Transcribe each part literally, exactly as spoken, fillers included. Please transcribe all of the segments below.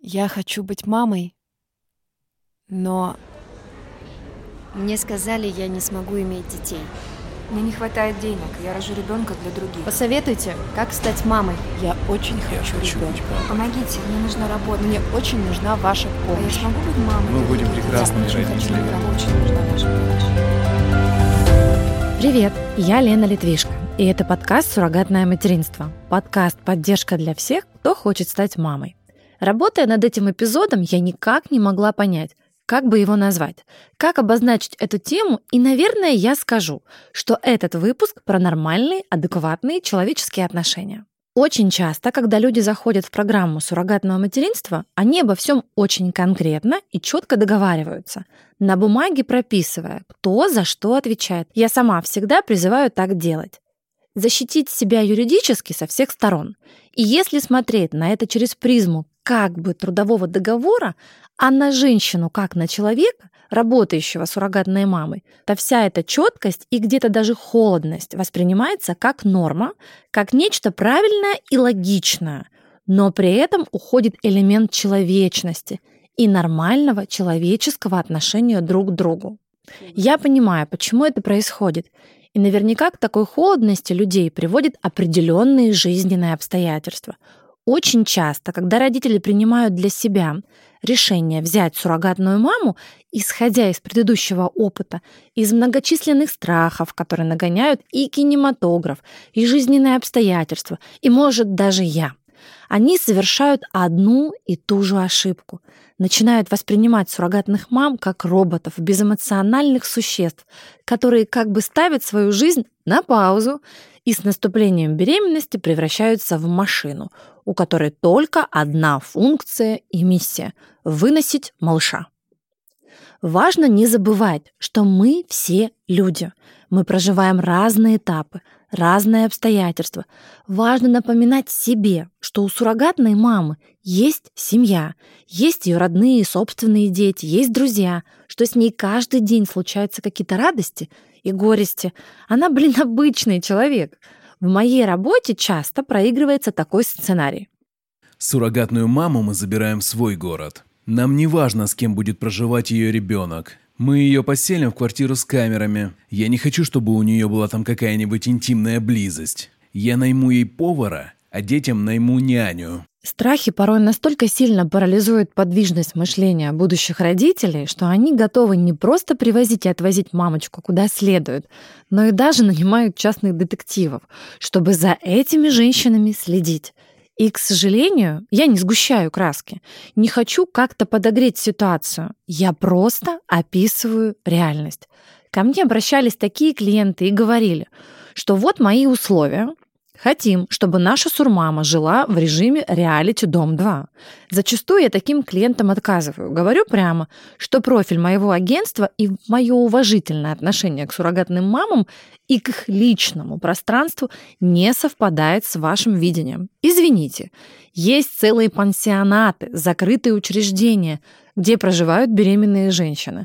Я хочу быть мамой, но Мне сказали, я не смогу иметь детей. Мне не хватает денег, я рожу ребенка для других. Посоветуйте, как стать мамой. я очень Я хочу хочу быть ребенка. папой. Помогите, мне нужна работа. Мне очень нужна ваша А я помощь. смогу быть мамой? Мы для будем других? прекрасными Я очень хочу родителями. ребенка, очень нужна ваша помощь. Привет, я Лена Литвишко, и это подкаст «Суррогатное материнство». Подкаст «Поддержка для всех, кто хочет стать мамой». Работая над этим эпизодом, я никак не могла понять, как бы его назвать, как обозначить эту тему, и, наверное, я скажу, что этот выпуск про нормальные, адекватные человеческие отношения. Очень часто, когда люди заходят в программу суррогатного материнства, они обо всем очень конкретно и четко договариваются, на бумаге прописывая, кто за что отвечает. Я сама всегда призываю так делать. Защитить себя юридически со всех сторон. И если смотреть на это через призму как бы трудового договора, а на женщину как на человека, работающего суррогатной мамой, то вся эта четкость и где-то даже холодность воспринимается как норма, как нечто правильное и логичное, но при этом уходит элемент человечности и нормального человеческого отношения друг к другу. Я понимаю, почему это происходит, и наверняка к такой холодности людей приводят определенные жизненные обстоятельства. Очень часто, когда родители принимают для себя решение взять суррогатную маму, исходя из предыдущего опыта, из многочисленных страхов, которые нагоняют и кинематограф, и жизненные обстоятельства, и, может, даже я, они совершают одну и ту же ошибку. Начинают воспринимать суррогатных мам как роботов, безэмоциональных существ, которые как бы ставят свою жизнь на паузу и с наступлением беременности превращаются в машину, у которой только одна функция и миссия – выносить малыша. Важно не забывать, что мы все люди. Мы проживаем разные этапы, разные обстоятельства. Важно напоминать себе, что у суррогатной мамы есть семья, есть ее родные и собственные дети, есть друзья, что с ней каждый день случаются какие-то радости и горести. Она, блин, обычный человек. В моей работе часто проигрывается такой сценарий. Суррогатную маму мы забираем в свой город. Нам не важно, с кем будет проживать ее ребенок. Мы ее поселим в квартиру с камерами. Я не хочу, чтобы у нее была там какая-нибудь интимная близость. Я найму ей повара, а детям найму няню. Страхи порой настолько сильно парализуют подвижность мышления будущих родителей, что они готовы не просто привозить и отвозить мамочку куда следует, но и даже нанимают частных детективов, чтобы за этими женщинами следить. И, к сожалению, я не сгущаю краски, не хочу как-то подогреть ситуацию. Я просто описываю реальность. Ко мне обращались такие клиенты и говорили, что вот мои условия. Хотим, чтобы наша сурмама жила в режиме реалити «Дом два». Зачастую я таким клиентам отказываю. Говорю прямо, что профиль моего агентства и мое уважительное отношение к суррогатным мамам и к их личному пространству не совпадает с вашим видением. Извините, есть целые пансионаты, закрытые учреждения, где проживают беременные женщины.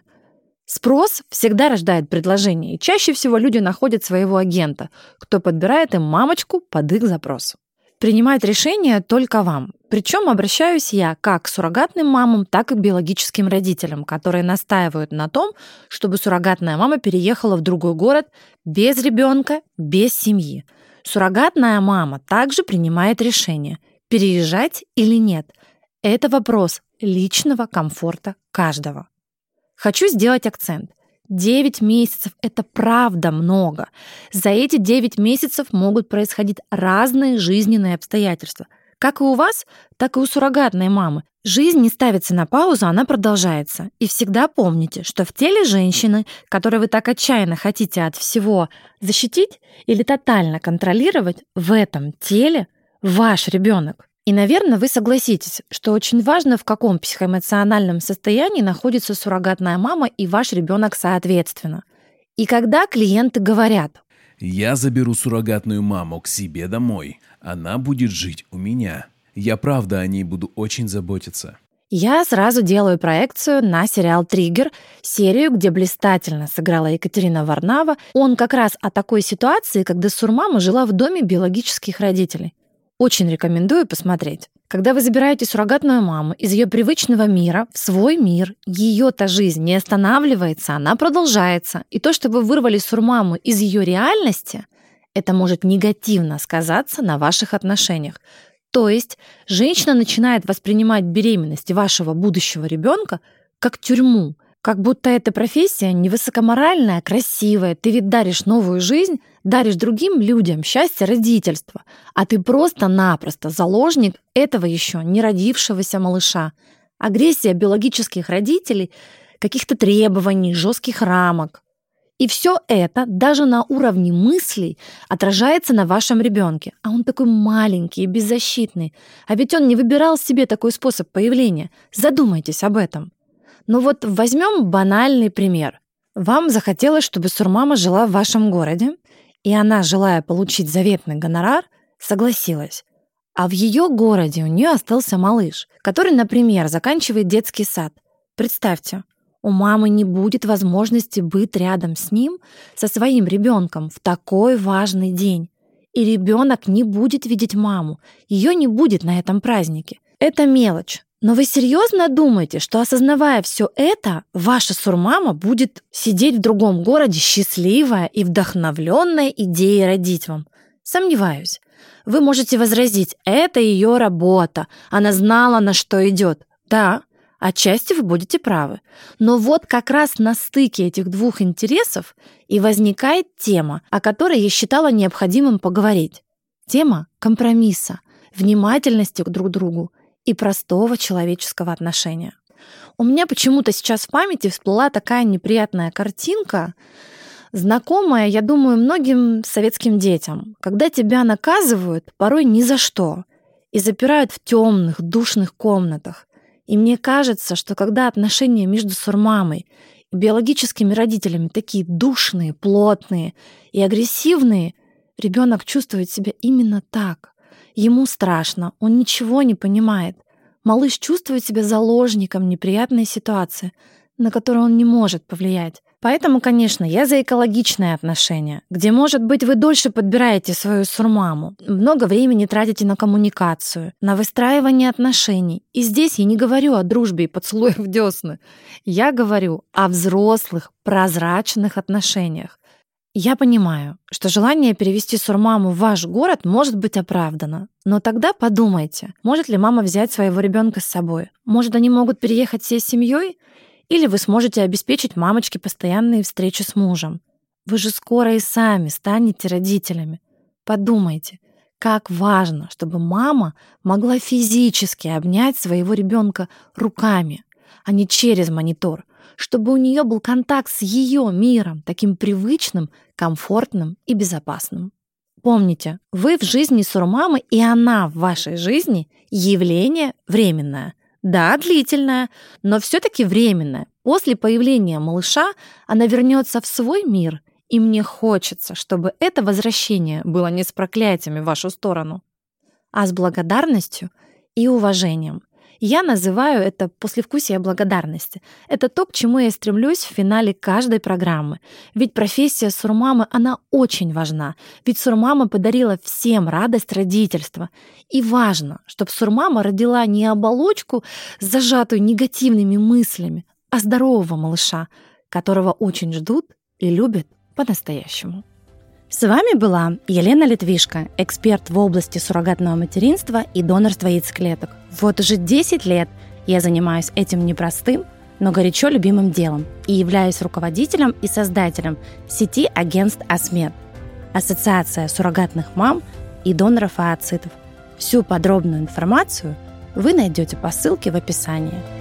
Спрос всегда рождает предложение, и чаще всего люди находят своего агента, кто подбирает им мамочку под их запрос. Принимать решение только вам. Причем обращаюсь я как к суррогатным мамам, так и к биологическим родителям, которые настаивают на том, чтобы суррогатная мама переехала в другой город без ребенка, без семьи. Суррогатная мама также принимает решение, переезжать или нет. Это вопрос личного комфорта каждого. Хочу сделать акцент. девять месяцев – это правда много. За эти девять месяцев могут происходить разные жизненные обстоятельства. Как и у вас, так и у суррогатной мамы. Жизнь не ставится на паузу, она продолжается. И всегда помните, что в теле женщины, которой вы так отчаянно хотите от всего защитить или тотально контролировать, в этом теле ваш ребенок. И, наверное, вы согласитесь, что очень важно, в каком психоэмоциональном состоянии находится суррогатная мама и ваш ребенок соответственно. И когда клиенты говорят: Я заберу суррогатную маму к себе домой. Она будет жить у меня. Я правда о ней буду очень заботиться. Я сразу делаю проекцию на сериал «Триггер», серию, где блистательно сыграла Екатерина Варнава. Он как раз о такой ситуации, когда сурмама жила в доме биологических родителей. Очень рекомендую посмотреть. Когда вы забираете суррогатную маму из ее привычного мира в свой мир, ее-то жизнь не останавливается, она продолжается. И то, что вы вырвали сурмаму из ее реальности, это может негативно сказаться на ваших отношениях. То есть женщина начинает воспринимать беременность вашего будущего ребенка как тюрьму, как будто эта профессия невысокоморальная, красивая. Ты ведь даришь новую жизнь, даришь другим людям счастье родительства, а ты просто-напросто заложник этого еще не родившегося малыша. Агрессия биологических родителей, каких-то требований, жестких рамок. И все это даже на уровне мыслей отражается на вашем ребенке. А он такой маленький и беззащитный. А ведь он не выбирал себе такой способ появления. Задумайтесь об этом. Ну вот возьмем банальный пример. Вам захотелось, чтобы сурмама жила в вашем городе, и она, желая получить заветный гонорар, согласилась. А в ее городе у нее остался малыш, который, например, заканчивает детский сад. Представьте, у мамы не будет возможности быть рядом с ним, со своим ребенком в такой важный день. И ребенок не будет видеть маму, ее не будет на этом празднике. Это мелочь. Но вы серьезно думаете, что, осознавая все это, ваша сурмама будет сидеть в другом городе счастливая и вдохновленная идеей родить вам? Сомневаюсь. Вы можете возразить, это ее работа, она знала, на что идет. Да, отчасти вы будете правы. Но вот как раз на стыке этих двух интересов и возникает тема, о которой я считала необходимым поговорить. Тема компромисса, внимательности друг к другу и простого человеческого отношения. У меня почему-то сейчас в памяти всплыла такая неприятная картинка, знакомая, я думаю, многим советским детям, когда тебя наказывают порой ни за что и запирают в темных, душных комнатах. И мне кажется, что когда отношения между сурмамой и биологическими родителями такие душные, плотные и агрессивные, ребенок чувствует себя именно так. Ему страшно, он ничего не понимает. Малыш чувствует себя заложником неприятной ситуации, на которую он не может повлиять. Поэтому, конечно, я за экологичные отношения, где, может быть, вы дольше подбираете свою сурмаму, много времени тратите на коммуникацию, на выстраивание отношений. И здесь я не говорю о дружбе и поцелуях в десны. Я говорю о взрослых, прозрачных отношениях. Я понимаю, что желание перевести сурмаму в ваш город может быть оправдано, но тогда подумайте, может ли мама взять своего ребенка с собой? Может, они могут переехать всей семьей? Или вы сможете обеспечить мамочке постоянные встречи с мужем? Вы же скоро и сами станете родителями. Подумайте, как важно, чтобы мама могла физически обнять своего ребенка руками, а не через монитор, чтобы у нее был контакт с ее миром, таким привычным, комфортным и безопасным. Помните, вы в жизни сурмамы, и она в вашей жизни явление временное. Да, длительное, но все-таки временное. После появления малыша она вернется в свой мир, и мне хочется, чтобы это возвращение было не с проклятиями в вашу сторону, а с благодарностью и уважением. Я называю это послевкусие благодарности. Это то, к чему я стремлюсь в финале каждой программы. Ведь профессия сурмамы, она очень важна. Ведь сурмама подарила всем радость родительства. И важно, чтобы сурмама родила не оболочку, зажатую негативными мыслями, а здорового малыша, которого очень ждут и любят по-настоящему. С вами была Елена Литвишко, эксперт в области суррогатного материнства и донорства яйцеклеток. Вот уже десять лет я занимаюсь этим непростым, но горячо любимым делом и являюсь руководителем и создателем сети агентств АСМЕД, Ассоциация суррогатных мам и доноров ооцитов. Всю подробную информацию вы найдете по ссылке в описании.